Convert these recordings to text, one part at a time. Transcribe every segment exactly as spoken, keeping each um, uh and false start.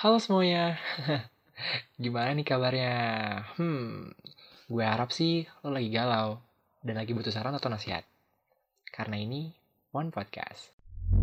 Halo semuanya, gimana nih kabarnya? Hmm, gue harap sih lo lagi galau dan lagi butuh saran atau nasihat. Karena ini One Podcast.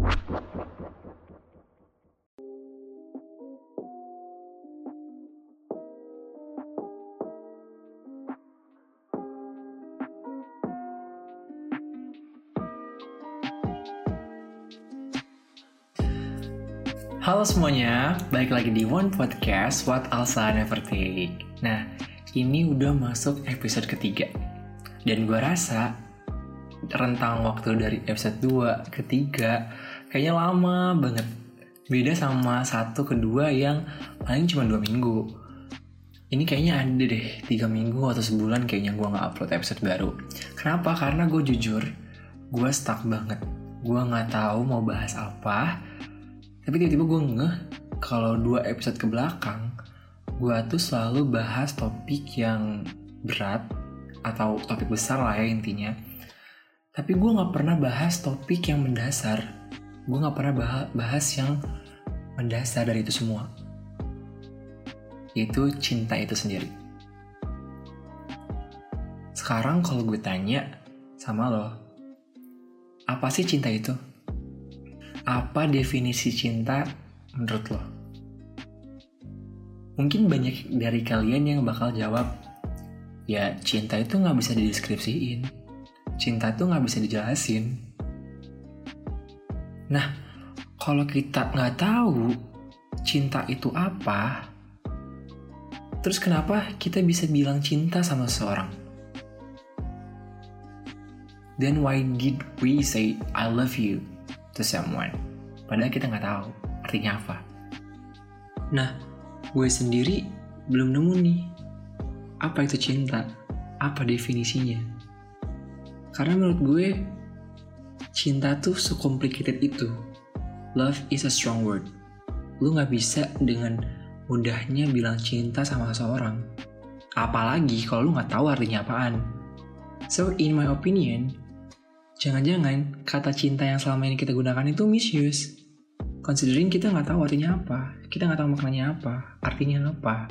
Halo semuanya, balik lagi di One Podcast What Alsa Never Take. Nah, ini udah masuk episode ketiga. Dan gue rasa rentang waktu dari episode dua ke tiga kayaknya lama banget. Beda sama satu kedua yang paling cuma dua minggu. Ini kayaknya ada deh tiga minggu atau sebulan kayaknya gue gak upload episode baru. Kenapa? Karena gue jujur, gue stuck banget. Gue gak tahu mau bahas apa. Tapi tiba-tiba gue ngeh kalau dua episode ke belakang gue tuh selalu bahas topik yang berat atau topik besar lah ya intinya. Tapi gue gak pernah bahas topik yang mendasar. Gue gak pernah bahas yang mendasar dari itu semua, yaitu cinta itu sendiri. Sekarang kalau gue tanya sama lo, apa sih cinta itu? Apa definisi cinta menurut lo? Mungkin banyak dari kalian yang bakal jawab, ya cinta itu gak bisa dideskripsiin. Cinta itu gak bisa dijelasin. Nah, kalau kita gak tahu cinta itu apa, terus kenapa kita bisa bilang cinta sama seseorang? Then why did we say I love you to someone? Padahal kita nggak tahu artinya apa. Nah, gue sendiri belum nemu nih apa itu cinta, apa definisinya. Karena menurut gue cinta tuh so-complicated itu. Love is a strong word. Lu nggak bisa dengan mudahnya bilang cinta sama seseorang. Apalagi kalau lu nggak tahu artinya apaan. So in my opinion, jangan-jangan kata cinta yang selama ini kita gunakan itu misuse. Considering kita nggak tahu artinya apa, kita nggak tahu maknanya apa, artinya apa.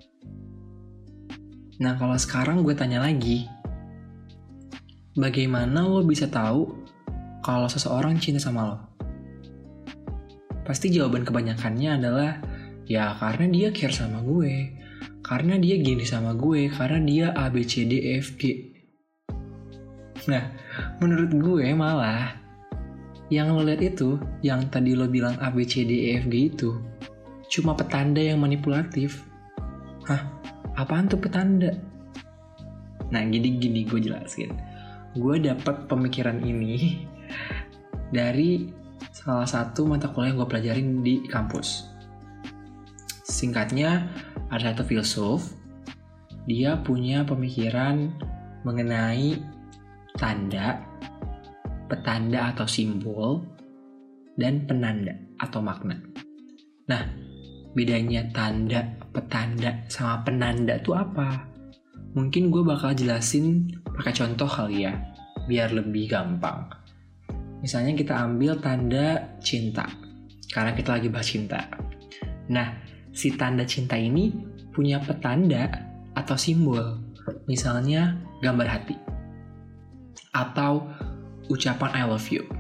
Nah kalau sekarang gue tanya lagi, bagaimana lo bisa tahu kalau seseorang cinta sama lo? Pasti jawaban kebanyakannya adalah, ya karena dia care sama gue, karena dia gini sama gue, karena dia A B C D E F G. Nah, menurut gue malah yang lo lihat itu, yang tadi lo bilang A B C D E F G itu cuma petanda yang manipulatif. Hah? Apaan tuh petanda? Nah, gini-gini gue jelasin. Gue dapat pemikiran ini dari salah satu mata kuliah yang gue pelajarin di kampus. Singkatnya, ada satu filsuf, dia punya pemikiran mengenai tanda, petanda atau simbol, dan penanda atau makna. Nah, bedanya tanda, petanda, sama penanda itu apa? Mungkin gue bakal jelasin pakai contoh kali ya, biar lebih gampang. Misalnya kita ambil tanda cinta, karena kita lagi bahas cinta. Nah, si tanda cinta ini punya petanda atau simbol. Misalnya gambar hati atau ucapan I love you.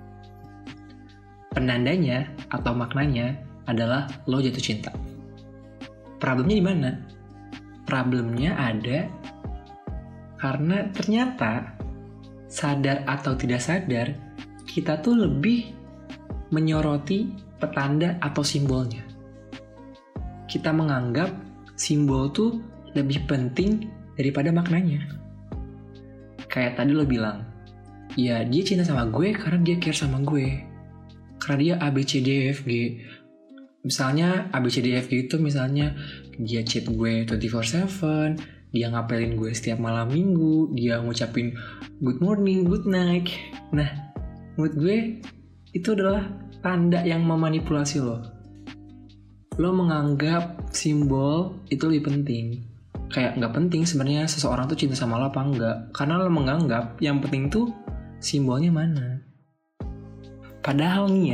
Penandanya atau maknanya adalah lo jatuh cinta. Problemnya di mana? Problemnya ada karena ternyata sadar atau tidak sadar kita tuh lebih menyoroti petanda atau simbolnya. Kita menganggap simbol tuh lebih penting daripada maknanya. Kayak tadi lo bilang, ya dia cinta sama gue karena dia care sama gue. Karena dia A B C D E F G. Misalnya A B C D E F G itu misalnya dia chat gue dua puluh empat seven, dia ngapelin gue setiap malam minggu, dia ngucapin good morning, good night. Nah, menurut gue itu adalah tanda yang memanipulasi lo. Lo menganggap simbol itu lebih penting. Kayak gak penting sebenarnya seseorang tuh cinta sama lo apa enggak. Karena lo menganggap yang penting tuh simbolnya mana. Padahal nih ya,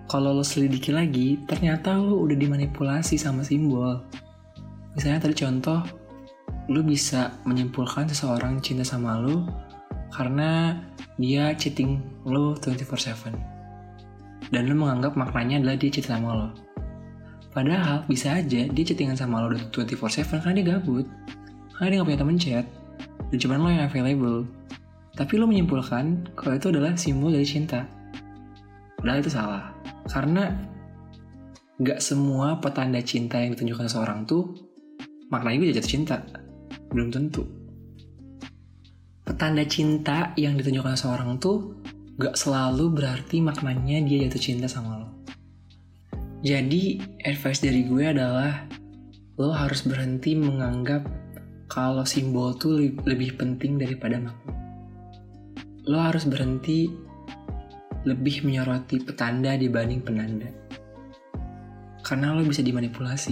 kalau lo selidiki lagi, ternyata lo udah dimanipulasi sama simbol. Misalnya tadi contoh, lo bisa menyimpulkan seseorang cinta sama lo karena dia cheating lo dua puluh empat tujuh. Dan lo menganggap maknanya adalah dia cheat sama lo. Padahal bisa aja dia chattingan sama lo dua puluh empat tujuh karena dia gabut. Karena dia gak punya temen chat. Dan cuma lo yang available. Tapi lo menyimpulkan kalau itu adalah simbol dari cinta. Padahal itu salah. Karena gak semua petanda cinta yang ditunjukkan seseorang tuh maknanya gue jatuh cinta. Belum tentu. Petanda cinta yang ditunjukkan seseorang tuh gak selalu berarti maknanya dia jatuh cinta sama lo. Jadi advice dari gue adalah lo harus berhenti menganggap kalau simbol tuh lebih penting daripada makna. Lo harus berhenti lebih menyoroti petanda dibanding penanda. Karena lo bisa dimanipulasi.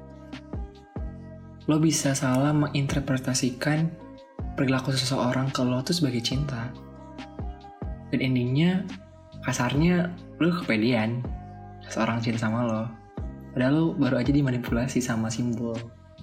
Lo bisa salah menginterpretasikan perilaku seseorang ke lo tuh sebagai cinta. Dan endingnya, kasarnya lo kepedean. Seorang cinta sama lo. Padahal lo baru aja dimanipulasi sama simbol.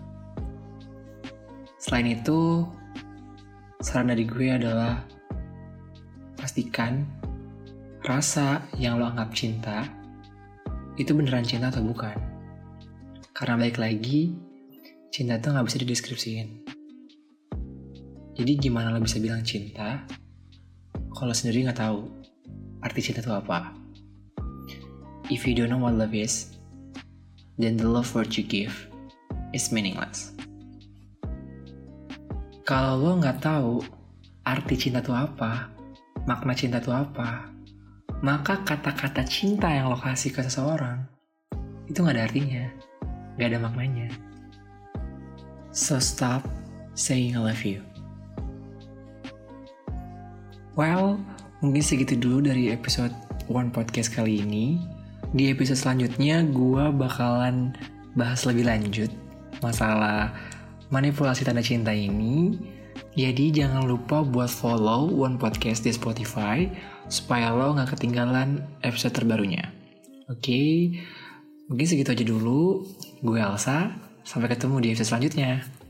Selain itu, saran dari gue adalah pastikan rasa yang lo anggap cinta itu beneran cinta atau bukan. Karena balik lagi, cinta itu gak bisa dideskripsiin. Jadi gimana lo bisa bilang cinta kalau sendiri gak tahu arti cinta itu apa? If you don't know what love is, then the love word you give is meaningless. Kalau lo gak tahu arti cinta itu apa, makna cinta itu apa, maka kata-kata cinta yang lo kasih ke seseorang itu gak ada artinya, gak ada maknanya. So stop saying I love you. Well, mungkin segitu dulu dari episode One Podcast kali ini. Di episode selanjutnya gue bakalan bahas lebih lanjut masalah manipulasi tanda cinta ini. Jadi jangan lupa buat follow One Podcast di Spotify supaya lo gak ketinggalan episode terbarunya. Oke, okay? Mungkin segitu aja dulu. Gue Elsa, sampai ketemu di episode selanjutnya.